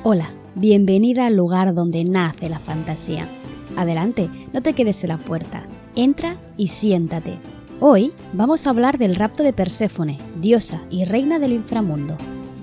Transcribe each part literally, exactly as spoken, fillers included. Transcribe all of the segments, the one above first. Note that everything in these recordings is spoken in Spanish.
Hola, bienvenida al lugar donde nace la fantasía. Adelante, no te quedes en la puerta, entra y siéntate. Hoy vamos a hablar del rapto de Perséfone, diosa y reina del inframundo.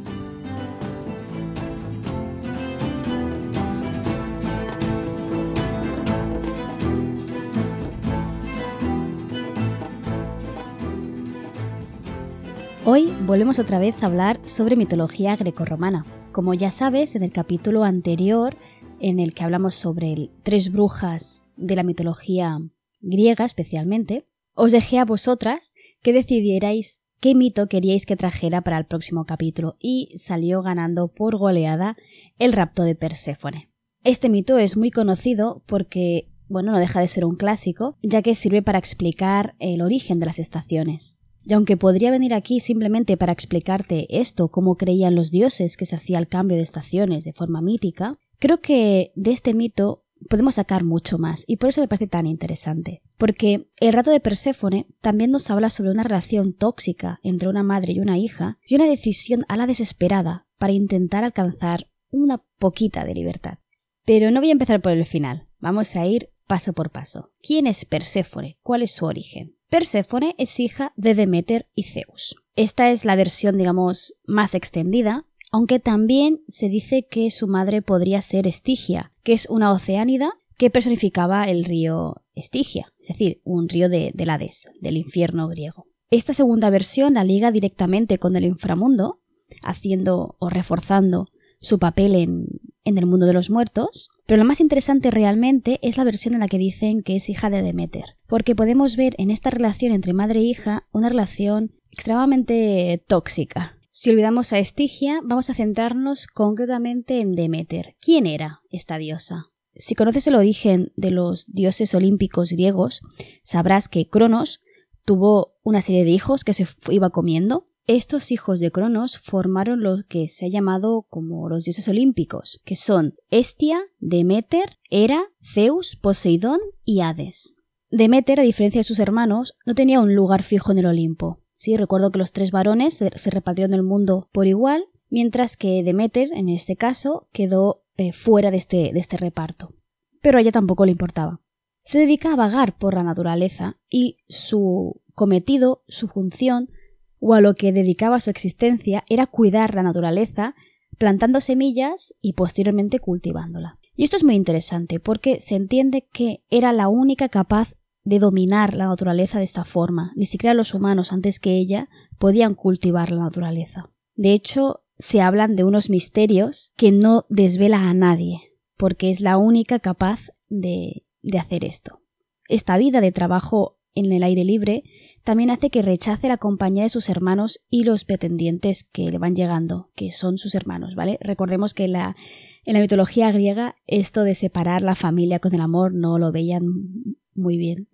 Hoy volvemos otra vez a hablar sobre mitología grecorromana. Como ya sabes, en el capítulo anterior, en el que hablamos sobre tres brujas de la mitología griega especialmente, os dejé a vosotras que decidierais qué mito queríais que trajera para el próximo capítulo y salió ganando por goleada el rapto de Perséfone. Este mito es muy conocido porque, bueno, no deja de ser un clásico, ya que sirve para explicar el origen de las estaciones. Y aunque podría venir aquí simplemente para explicarte esto, cómo creían los dioses que se hacía el cambio de estaciones de forma mítica, creo que de este mito podemos sacar mucho más y por eso me parece tan interesante. Porque el rapto de Perséfone también nos habla sobre una relación tóxica entre una madre y una hija y una decisión a la desesperada para intentar alcanzar una poquita de libertad. Pero no voy a empezar por el final, vamos a ir paso por paso. ¿Quién es Perséfone? ¿Cuál es su origen? Perséfone es hija de Deméter y Zeus. Esta es la versión, digamos, más extendida, aunque también se dice que su madre podría ser Estigia, que es una oceánida que personificaba el río Estigia, es decir, un río de, del Hades, del infierno griego. Esta segunda versión la liga directamente con el inframundo, haciendo o reforzando su papel en, en el mundo de los muertos, pero lo más interesante realmente es la versión en la que dicen que es hija de Deméter, porque podemos ver en esta relación entre madre e hija una relación extremadamente tóxica. Si olvidamos a Estigia, vamos a centrarnos concretamente en Deméter. ¿Quién era esta diosa? Si conoces el origen de los dioses olímpicos griegos, sabrás que Cronos tuvo una serie de hijos que se iba comiendo. Estos hijos de Cronos formaron lo que se ha llamado como los dioses olímpicos, que son Hestia, Deméter, Hera, Zeus, Poseidón y Hades. Deméter, a diferencia de sus hermanos, no tenía un lugar fijo en el Olimpo. Sí, recuerdo que los tres varones se, se repartieron el mundo por igual, mientras que Deméter, en este caso, quedó eh, fuera de este, de este reparto. Pero a ella tampoco le importaba. Se dedica a vagar por la naturaleza y su cometido, su función, o a lo que dedicaba su existencia era cuidar la naturaleza, plantando semillas y posteriormente cultivándola. Y esto es muy interesante porque se entiende que era la única capaz de dominar la naturaleza de esta forma. Ni siquiera los humanos antes que ella podían cultivar la naturaleza. De hecho, se hablan de unos misterios que no desvela a nadie, porque es la única capaz de, de hacer esto. Esta vida de trabajo en el aire libre también hace que rechace la compañía de sus hermanos y los pretendientes que le van llegando, que son sus hermanos, ¿vale? Recordemos que en la, en la mitología griega esto de separar la familia con el amor no lo veían muy bien.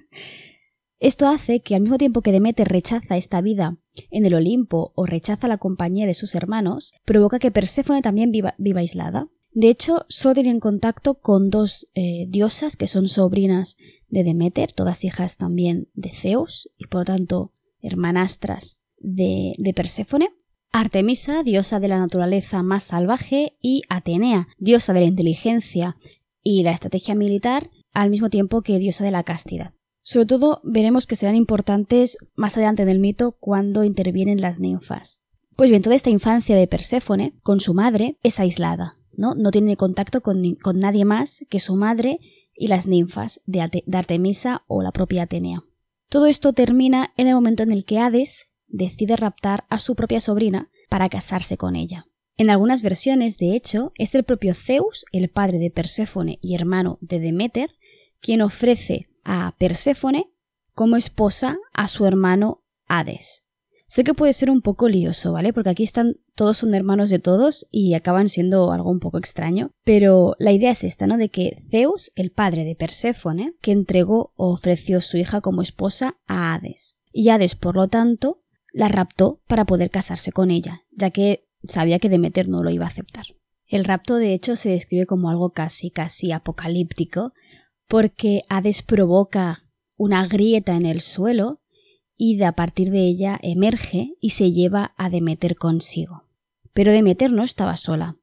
Esto hace que al mismo tiempo que Deméter rechaza esta vida en el Olimpo o rechaza la compañía de sus hermanos, provoca que Perséfone también viva, viva aislada. De hecho, solo tienen contacto con dos eh, diosas que son sobrinas de Deméter, todas hijas también de Zeus y por lo tanto hermanastras de, de Perséfone. Artemisa, diosa de la naturaleza más salvaje, y Atenea, diosa de la inteligencia y la estrategia militar, al mismo tiempo que diosa de la castidad. Sobre todo veremos que serán importantes más adelante en el mito cuando intervienen las ninfas. Pues bien, toda esta infancia de Perséfone con su madre es aislada, ¿no? No tiene contacto con, con nadie más que su madre y las ninfas de, Ate- de Artemisa o la propia Atenea. Todo esto termina en el momento en el que Hades decide raptar a su propia sobrina para casarse con ella. En algunas versiones, de hecho, es el propio Zeus, el padre de Perséfone y hermano de Deméter, quien ofrece a Perséfone como esposa a su hermano Hades. Sé que puede ser un poco lioso, ¿vale? Porque aquí están, todos son hermanos de todos y acaban siendo algo un poco extraño. Pero la idea es esta, ¿no? De que Zeus, el padre de Perséfone, que entregó o ofreció su hija como esposa a Hades. Y Hades, por lo tanto, la raptó para poder casarse con ella, ya que sabía que Deméter no lo iba a aceptar. El rapto, de hecho, se describe como algo casi, casi apocalíptico, porque Hades provoca una grieta en el suelo y de a partir de ella emerge y se lleva a Deméter consigo. Pero Deméter no estaba sola.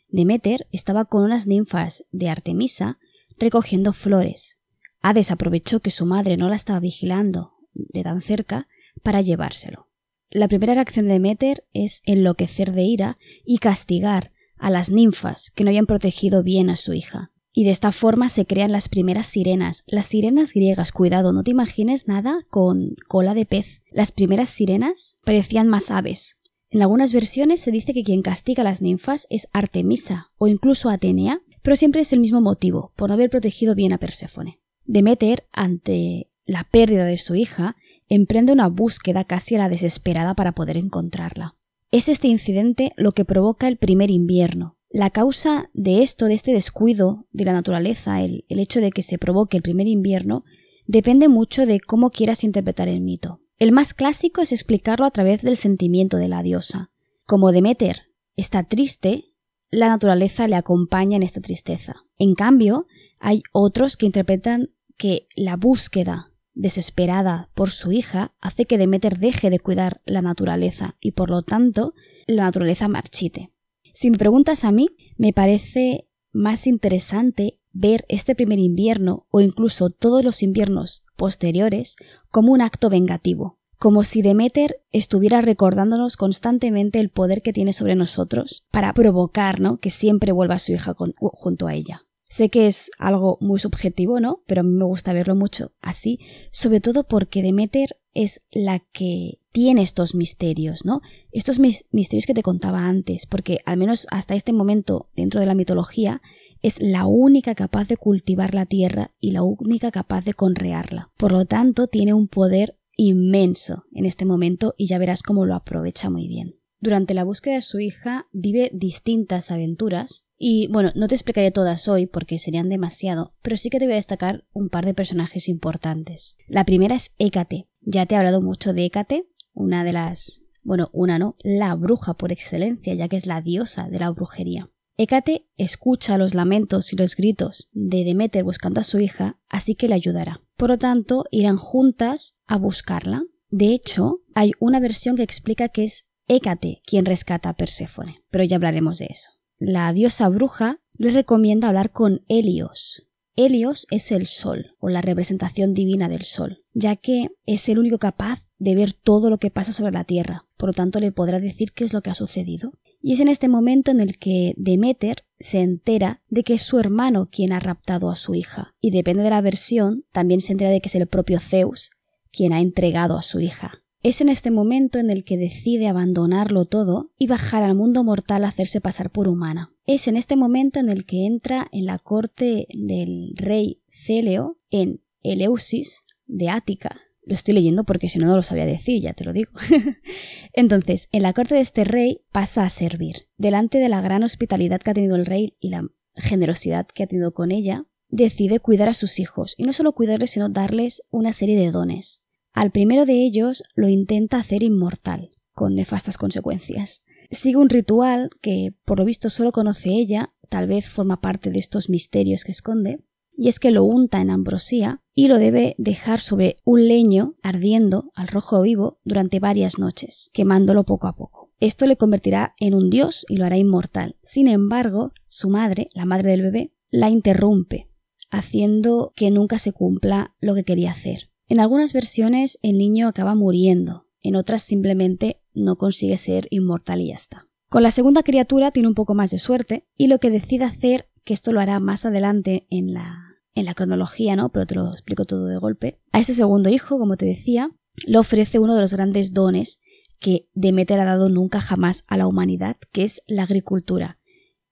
Deméter estaba con unas ninfas de Artemisa recogiendo flores. Hades aprovechó que su madre no la estaba vigilando de tan cerca para llevárselo. La primera reacción de Deméter es enloquecer de ira y castigar a las ninfas que no habían protegido bien a su hija. Y de esta forma se crean las primeras sirenas. Las sirenas griegas, cuidado, no te imagines nada con cola de pez. Las primeras sirenas parecían más aves. En algunas versiones se dice que quien castiga a las ninfas es Artemisa o incluso Atenea, pero siempre es el mismo motivo, por no haber protegido bien a Perséfone. Deméter, ante la pérdida de su hija, emprende una búsqueda casi a la desesperada para poder encontrarla. Es este incidente lo que provoca el primer invierno. La causa de esto, de este descuido de la naturaleza, el, el hecho de que se provoque el primer invierno, depende mucho de cómo quieras interpretar el mito. El más clásico es explicarlo a través del sentimiento de la diosa. Como Deméter está triste, la naturaleza le acompaña en esta tristeza. En cambio, hay otros que interpretan que la búsqueda desesperada por su hija hace que Deméter deje de cuidar la naturaleza y por lo tanto la naturaleza marchite. Si me preguntas a mí, me parece más interesante ver este primer invierno o incluso todos los inviernos posteriores como un acto vengativo, como si Deméter estuviera recordándonos constantemente el poder que tiene sobre nosotros para provocar, ¿no?, que siempre vuelva su hija con, junto a ella. Sé que es algo muy subjetivo, ¿no?, pero a mí me gusta verlo mucho así, sobre todo porque Deméter es la que tiene estos misterios, ¿no? Estos mis- misterios que te contaba antes, porque al menos hasta este momento dentro de la mitología es la única capaz de cultivar la tierra y la única capaz de conrearla. Por lo tanto, tiene un poder inmenso en este momento y ya verás cómo lo aprovecha muy bien. Durante la búsqueda de su hija vive distintas aventuras y, bueno, no te explicaré todas hoy porque serían demasiado, pero sí que te voy a destacar un par de personajes importantes. La primera es Hécate. Ya te he hablado mucho de Hécate, una de las... bueno, una no, la bruja por excelencia, ya que es la diosa de la brujería. Hécate escucha los lamentos y los gritos de Deméter buscando a su hija, así que le ayudará. Por lo tanto, irán juntas a buscarla. De hecho, hay una versión que explica que es Hécate quien rescata a Perséfone, pero ya hablaremos de eso. La diosa bruja le recomienda hablar con Helios. Helios es el sol, o la representación divina del sol, ya que es el único capaz de ver todo lo que pasa sobre la tierra, por lo tanto le podrá decir qué es lo que ha sucedido. Y es en este momento en el que Deméter se entera de que es su hermano quien ha raptado a su hija, y depende de la versión, también se entera de que es el propio Zeus quien ha entregado a su hija. Es en este momento en el que decide abandonarlo todo y bajar al mundo mortal a hacerse pasar por humana. Es en este momento en el que entra en la corte del rey Céleo en Eleusis de Ática. Lo estoy leyendo porque si no, no lo sabía decir, ya te lo digo. Entonces, en la corte de este rey pasa a servir. Delante de la gran hospitalidad que ha tenido el rey y la generosidad que ha tenido con ella, decide cuidar a sus hijos. Y no solo cuidarles, sino darles una serie de dones. Al primero de ellos lo intenta hacer inmortal, con nefastas consecuencias. Sigue un ritual que, por lo visto, solo conoce ella, tal vez forma parte de estos misterios que esconde, y es que lo unta en ambrosía y lo debe dejar sobre un leño ardiendo al rojo vivo durante varias noches, quemándolo poco a poco. Esto le convertirá en un dios y lo hará inmortal. Sin embargo, su madre, la madre del bebé, la interrumpe, haciendo que nunca se cumpla lo que quería hacer. En algunas versiones el niño acaba muriendo, en otras simplemente no consigue ser inmortal y ya está. Con la segunda criatura tiene un poco más de suerte y lo que decide hacer, que esto lo hará más adelante en la, en la cronología, ¿no? Pero te lo explico todo de golpe. A este segundo hijo, como te decía, le ofrece uno de los grandes dones que Deméter ha dado nunca jamás a la humanidad, que es la agricultura.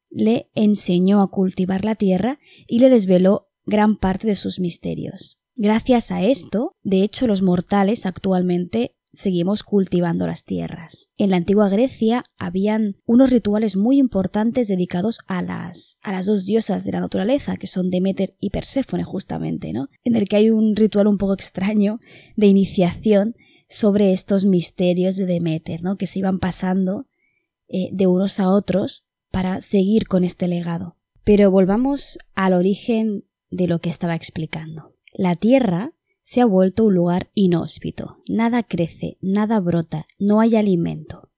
Le enseñó a cultivar la tierra y le desveló gran parte de sus misterios. Gracias a esto, de hecho, los mortales actualmente seguimos cultivando las tierras. En la antigua Grecia habían unos rituales muy importantes dedicados a las, a las dos diosas de la naturaleza, que son Deméter y Perséfone justamente, ¿no? En el que hay un ritual un poco extraño de iniciación sobre estos misterios de Deméter, ¿no?, que se iban pasando eh, de unos a otros para seguir con este legado. Pero volvamos al origen de lo que estaba explicando. La tierra se ha vuelto un lugar inhóspito, nada crece, nada brota, no hay alimento.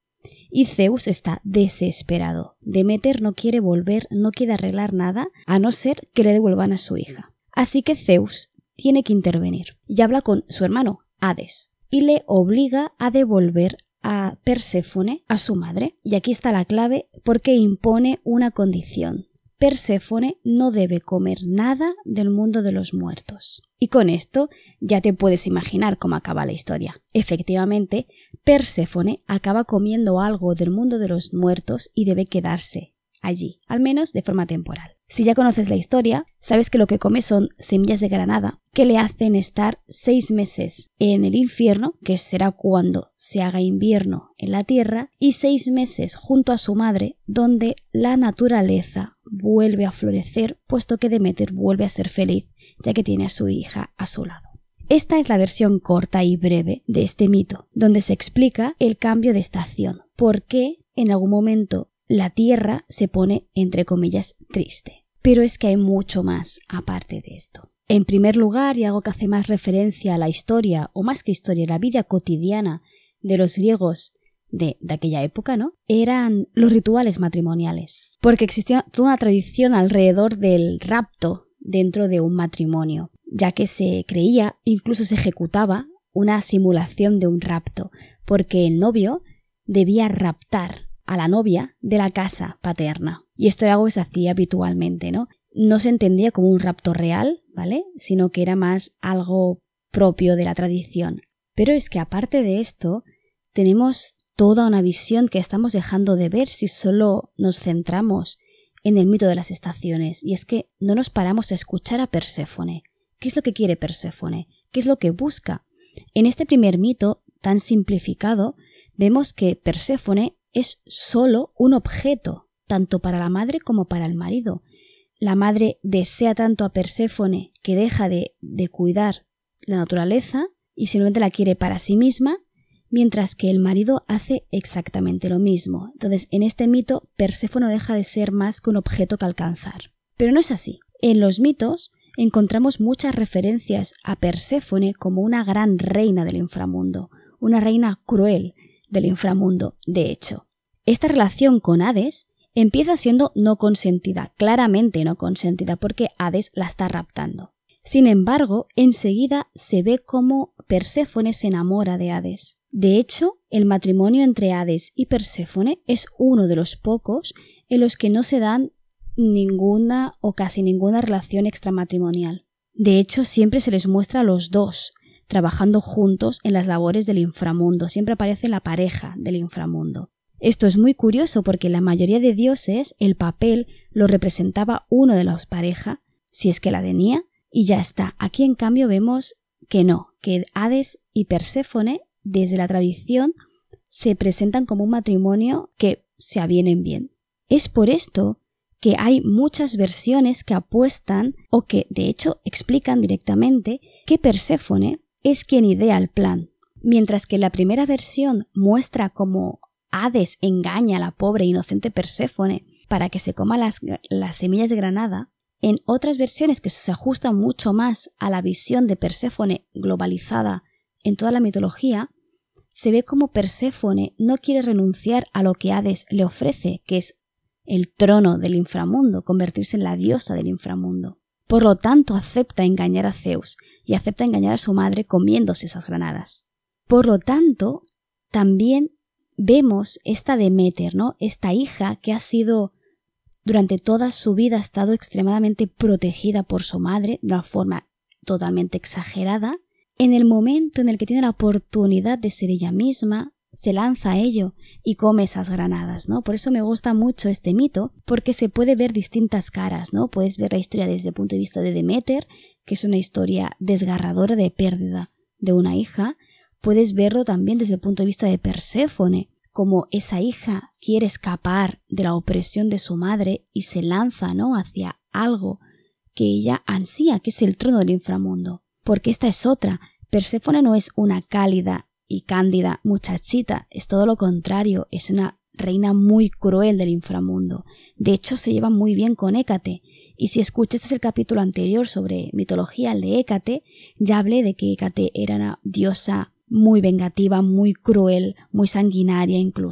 y Zeus está desesperado. Deméter no quiere volver, no quiere arreglar nada, a no ser que le devuelvan a su hija. Así que Zeus tiene que intervenir y habla con su hermano Hades y le obliga a devolver a Perséfone a su madre. Y aquí está la clave porque impone una condición. Perséfone no debe comer nada del mundo de los muertos. Y con esto ya te puedes imaginar cómo acaba la historia. Efectivamente, Perséfone acaba comiendo algo del mundo de los muertos y debe quedarse allí, al menos de forma temporal. Si ya conoces la historia, sabes que lo que come son semillas de granada que le hacen estar seis meses en el infierno, que será cuando se haga invierno en la tierra, y seis meses junto a su madre, donde la naturaleza vuelve a florecer, puesto que Deméter vuelve a ser feliz, ya que tiene a su hija a su lado. Esta es la versión corta y breve de este mito, donde se explica el cambio de estación, por qué en algún momento la tierra se pone, entre comillas, triste. Pero es que hay mucho más aparte de esto. En primer lugar, y algo que hace más referencia a la historia, o más que historia, la vida cotidiana de los griegos de, de aquella época, ¿no? Eran los rituales matrimoniales. Porque existía toda una tradición alrededor del rapto dentro de un matrimonio, ya que se creía, incluso se ejecutaba, una simulación de un rapto, porque el novio debía raptar a la novia de la casa paterna. Y esto era algo que se hacía habitualmente, ¿no? No se entendía como un rapto real, ¿vale? Sino que era más algo propio de la tradición. Pero es que aparte de esto, tenemos toda una visión que estamos dejando de ver si solo nos centramos en el mito de las estaciones. Y es que no nos paramos a escuchar a Perséfone. ¿Qué es lo que quiere Perséfone? ¿Qué es lo que busca? En este primer mito, tan simplificado, vemos que Perséfone es solo un objeto, tanto para la madre como para el marido. La madre desea tanto a Perséfone que deja de, de cuidar la naturaleza y simplemente la quiere para sí misma, mientras que el marido hace exactamente lo mismo. Entonces, en este mito, Perséfone deja de ser más que un objeto que alcanzar. Pero no es así. En los mitos encontramos muchas referencias a Perséfone como una gran reina del inframundo, una reina cruel del inframundo, de hecho. Esta relación con Hades empieza siendo no consentida, claramente no consentida, porque Hades la está raptando. Sin embargo, enseguida se ve cómo Perséfone se enamora de Hades. De hecho, el matrimonio entre Hades y Perséfone es uno de los pocos en los que no se dan ninguna o casi ninguna relación extramatrimonial. De hecho, siempre se les muestra a los dos trabajando juntos en las labores del inframundo. Siempre aparece la pareja del inframundo. Esto es muy curioso porque en la mayoría de dioses el papel lo representaba uno de las parejas, si es que la tenía, y ya está. Aquí en cambio vemos que no, que Hades y Perséfone desde la tradición se presentan como un matrimonio que se avienen bien. Es por esto que hay muchas versiones que apuestan o que de hecho explican directamente que Perséfone es quien idea el plan. Mientras que la primera versión muestra cómo Hades engaña a la pobre e inocente Perséfone para que se coma las, las semillas de granada, en otras versiones que se ajustan mucho más a la visión de Perséfone globalizada en toda la mitología, se ve como Perséfone no quiere renunciar a lo que Hades le ofrece, que es el trono del inframundo, convertirse en la diosa del inframundo. Por lo tanto, acepta engañar a Zeus y acepta engañar a su madre comiéndose esas granadas. Por lo tanto, también vemos esta Deméter, ¿no? Esta hija que ha sido durante toda su vida ha estado extremadamente protegida por su madre de una forma totalmente exagerada. En el momento en el que tiene la oportunidad de ser ella misma, se lanza a ello y come esas granadas, ¿no? Por eso me gusta mucho este mito, porque se puede ver distintas caras, ¿no? Puedes ver la historia desde el punto de vista de Deméter, que es una historia desgarradora de pérdida de una hija. Puedes verlo también desde el punto de vista de Perséfone, como esa hija quiere escapar de la opresión de su madre y se lanza, ¿no?, hacia algo que ella ansía, que es el trono del inframundo. Porque esta es otra. Perséfone no es una cálida y cándida muchachita, es todo lo contrario, es una reina muy cruel del inframundo. De hecho, se lleva muy bien con Hécate. Y si escuchaste el capítulo anterior sobre mitología, el de Hécate, ya hablé de que Hécate era una diosa muy vengativa, muy cruel, muy sanguinaria incluso,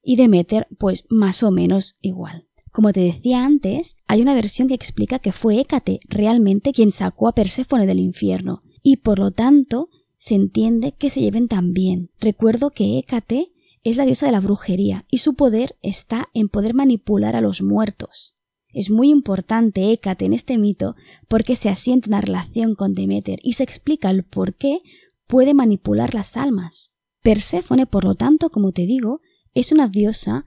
y Deméter pues más o menos igual. Como te decía antes, hay una versión que explica que fue Hécate realmente quien sacó a Perséfone del infierno y por lo tanto se entiende que se lleven tan bien. Recuerdo que Hécate es la diosa de la brujería y su poder está en poder manipular a los muertos. Es muy importante Hécate en este mito porque se asienta una relación con Deméter y se explica el por qué puede manipular las almas. Perséfone, por lo tanto, como te digo, es una diosa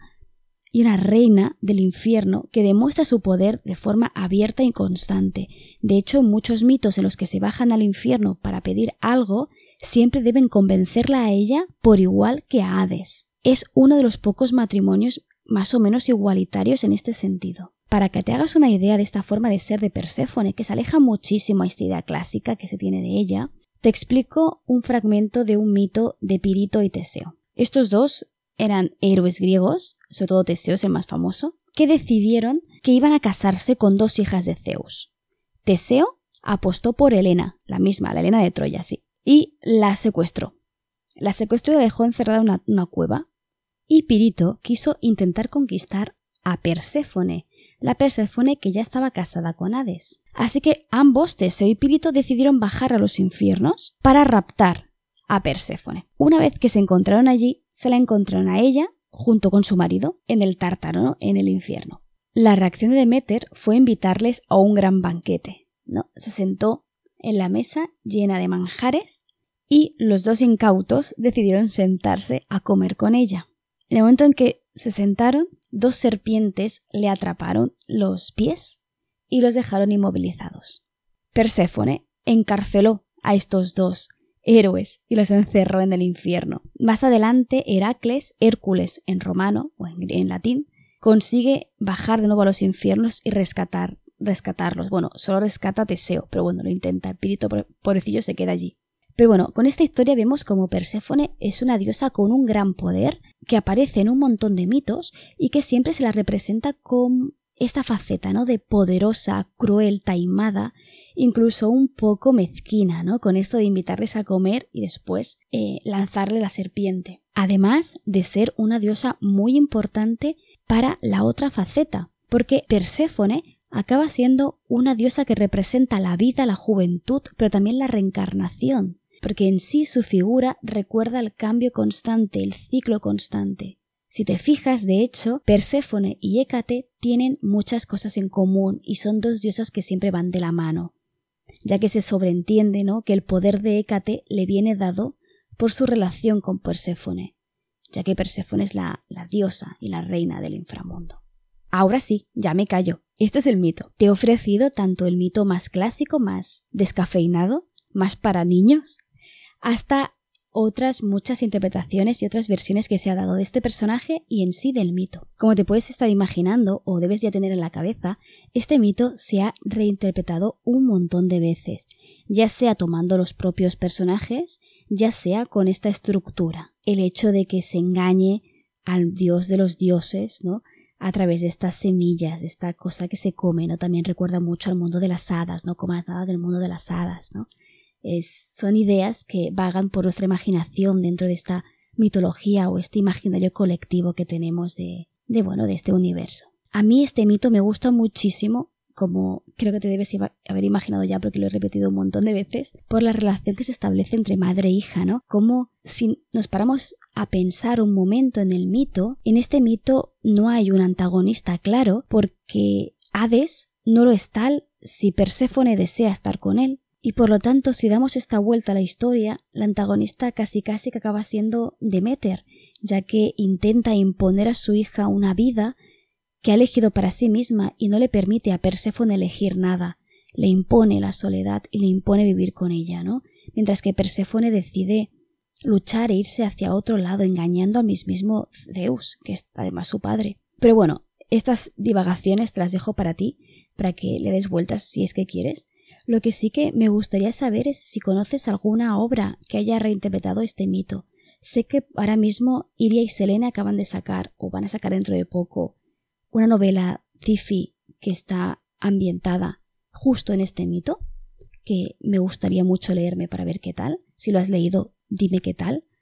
y una reina del infierno que demuestra su poder de forma abierta y constante. De hecho, muchos mitos en los que se bajan al infierno para pedir algo siempre deben convencerla a ella por igual que a Hades. Es uno de los pocos matrimonios más o menos igualitarios en este sentido. Para que te hagas una idea de esta forma de ser de Perséfone, que se aleja muchísimo a esta idea clásica que se tiene de ella, te explico un fragmento de un mito de Pirito y Teseo. Estos dos eran héroes griegos, sobre todo Teseo es el más famoso, que decidieron que iban a casarse con dos hijas de Zeus. Teseo apostó por Helena, la misma, la Helena de Troya, sí, y la secuestró. La secuestró y la dejó encerrada en una, una cueva. Y Pirito quiso intentar conquistar a Perséfone, la Perséfone que ya estaba casada con Hades. Así que ambos, Teseo y Pirito, decidieron bajar a los infiernos para raptar a Perséfone. Una vez que se encontraron allí, se la encontraron a ella junto con su marido en el Tártaro, ¿no? En el infierno. La reacción de Deméter fue invitarles a un gran banquete, ¿no? Se sentó en la mesa llena de manjares y los dos incautos decidieron sentarse a comer con ella. En el momento en que se sentaron, dos serpientes le atraparon los pies y los dejaron inmovilizados. Perséfone encarceló a estos dos héroes y los encerró en el infierno. Más adelante, Heracles, Hércules en romano o en, en latín, consigue bajar de nuevo a los infiernos y rescatar, rescatarlos. Bueno, solo rescata a Teseo, pero bueno, lo intenta. El Pirito pobrecillo se queda allí. Pero bueno, con esta historia vemos como Perséfone es una diosa con un gran poder que aparece en un montón de mitos y que siempre se la representa con esta faceta, ¿no? De poderosa, cruel, taimada, incluso un poco mezquina, ¿no? Con esto de invitarles a comer y después eh, lanzarle la serpiente. Además de ser una diosa muy importante para la otra faceta, porque Perséfone acaba siendo una diosa que representa la vida, la juventud, pero también la reencarnación, porque en sí su figura recuerda el cambio constante, el ciclo constante. Si te fijas, de hecho, Perséfone y Hécate tienen muchas cosas en común y son dos diosas que siempre van de la mano, ya que se sobreentiende, ¿no?, que el poder de Hécate le viene dado por su relación con Perséfone, ya que Perséfone es la, la diosa y la reina del inframundo. Ahora sí, ya me callo. Este es el mito. Te he ofrecido tanto el mito más clásico, más descafeinado, más para niños, hasta otras muchas interpretaciones y otras versiones que se ha dado de este personaje y en sí del mito. Como te puedes estar imaginando o debes ya tener en la cabeza, este mito se ha reinterpretado un montón de veces, ya sea tomando los propios personajes, ya sea con esta estructura, el hecho de que se engañe al dios de los dioses, ¿no?, a través de estas semillas, de esta cosa que se come, ¿no? También recuerda mucho al mundo de las hadas, no comas nada del mundo de las hadas, ¿no? Es, son ideas que vagan por nuestra imaginación dentro de esta mitología o este imaginario colectivo que tenemos de, de, bueno, de este universo. A mí este mito me gusta muchísimo, como creo que te debes haber imaginado ya porque lo he repetido un montón de veces, por la relación que se establece entre madre e hija, ¿no? Como si nos paramos a pensar un momento en el mito, en este mito no hay un antagonista claro porque Hades no lo es tal si Perséfone desea estar con él. Y por lo tanto, si damos esta vuelta a la historia, la antagonista casi casi que acaba siendo Deméter, ya que intenta imponer a su hija una vida que ha elegido para sí misma y no le permite a Perséfone elegir nada. Le impone la soledad y le impone vivir con ella, ¿no? Mientras que Perséfone decide luchar e irse hacia otro lado, engañando al mismísimo Zeus, que es además su padre. Pero bueno, estas divagaciones te las dejo para ti, para que le des vueltas si es que quieres. Lo que sí que me gustaría saber es si conoces alguna obra que haya reinterpretado este mito. Sé que ahora mismo Iria y Selene acaban de sacar, o van a sacar dentro de poco, una novela sci-fi que está ambientada justo en este mito, que me gustaría mucho leerme para ver qué tal. Si lo has leído, dime qué tal.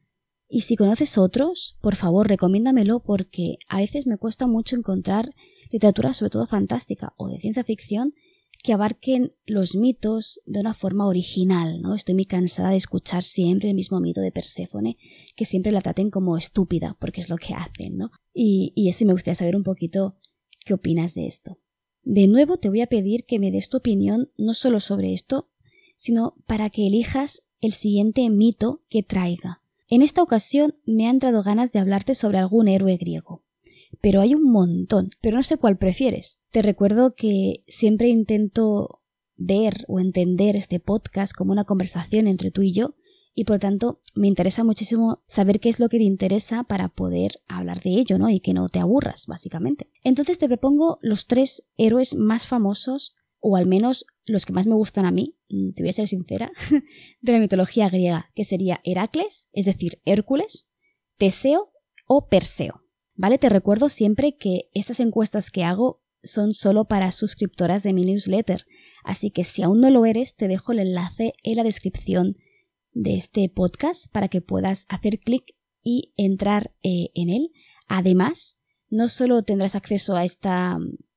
Y si conoces otros, por favor, recomiéndamelo porque a veces me cuesta mucho encontrar literatura, sobre todo fantástica o de ciencia ficción, que abarquen los mitos de una forma original, ¿no? Estoy muy cansada de escuchar siempre el mismo mito de Perséfone, que siempre la traten como estúpida, porque es lo que hacen, ¿no? Y, y eso me gustaría saber un poquito qué opinas de esto. De nuevo te voy a pedir que me des tu opinión no solo sobre esto, sino para que elijas el siguiente mito que traiga. En esta ocasión me han dado ganas de hablarte sobre algún héroe griego, pero hay un montón, pero no sé cuál prefieres. Te recuerdo que siempre intento ver o entender este podcast como una conversación entre tú y yo, y por tanto me interesa muchísimo saber qué es lo que te interesa para poder hablar de ello, ¿no? Y que no te aburras, básicamente. Entonces te propongo los tres héroes más famosos, o al menos los que más me gustan a mí, te voy a ser sincera, de la mitología griega, que sería Heracles, es decir, Hércules, Teseo o Perseo. ¿Vale? Te recuerdo siempre que estas encuestas que hago son solo para suscriptoras de mi newsletter, así que si aún no lo eres, te dejo el enlace en la descripción de este podcast para que puedas hacer clic y entrar eh, en él. Además, no solo tendrás acceso a esta,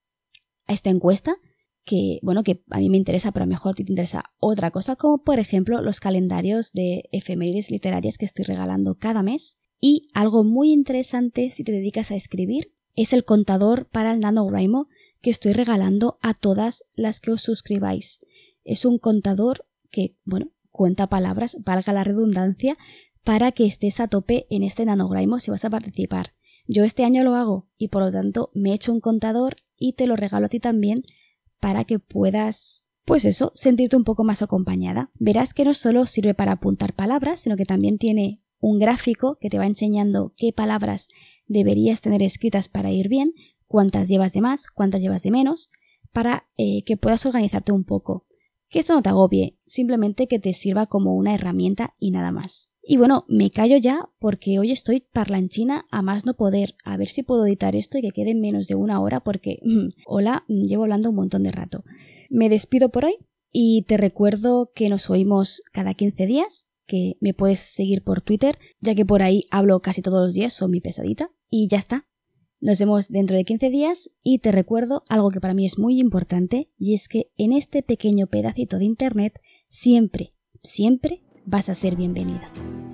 a esta encuesta, que bueno, que a mí me interesa, pero a lo mejor a ti te interesa otra cosa, como por ejemplo los calendarios de efemérides literarias que estoy regalando cada mes. Y algo muy interesante si te dedicas a escribir es el contador para el NaNoWriMo que estoy regalando a todas las que os suscribáis. Es un contador que, bueno, cuenta palabras, valga la redundancia, para que estés a tope en este NaNoWriMo si vas a participar. Yo este año lo hago y por lo tanto me he hecho un contador y te lo regalo a ti también para que puedas, pues eso, sentirte un poco más acompañada. Verás que no solo sirve para apuntar palabras, sino que también tiene un gráfico que te va enseñando qué palabras deberías tener escritas para ir bien, cuántas llevas de más, cuántas llevas de menos, para eh, que puedas organizarte un poco. Que esto no te agobie, simplemente que te sirva como una herramienta y nada más. Y bueno, me callo ya porque hoy estoy parlanchina a más no poder. A ver si puedo editar esto y que quede en menos de una hora porque, hola, llevo hablando un montón de rato. Me despido por hoy y te recuerdo que nos oímos cada quince días, que me puedes seguir por Twitter, ya que por ahí hablo casi todos los días, soy mi pesadita. Y ya está. Nos vemos dentro de quince días y te recuerdo algo que para mí es muy importante y es que en este pequeño pedacito de internet siempre, siempre vas a ser bienvenida.